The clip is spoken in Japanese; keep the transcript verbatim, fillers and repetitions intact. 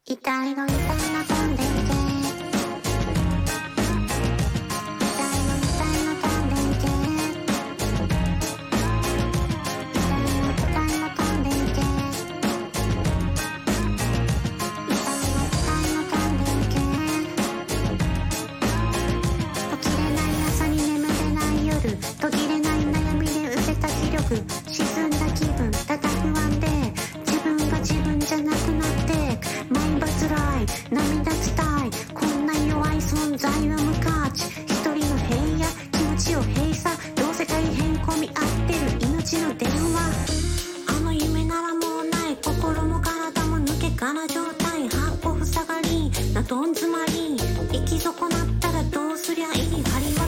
痛いの痛いの飛んでいけ、痛いの痛いの飛んでいけ、痛いの痛いの飛んでいけ、痛いの痛いの飛んでいけ、起きれない朝に眠れない夜、途切れない悩みで失せた気力、沈んだ気分ただ不安で自分が自分じゃなくなって毎晩辛い涙伝い、こんな弱い存在は無価値、一人の部屋気持ちを閉鎖、どうせ大変混み合ってる命の電話、あの夢ならもうない、心も体も抜け殻状態、八歩塞がりなどん詰まり、行き損なったらどうすりゃいい、張り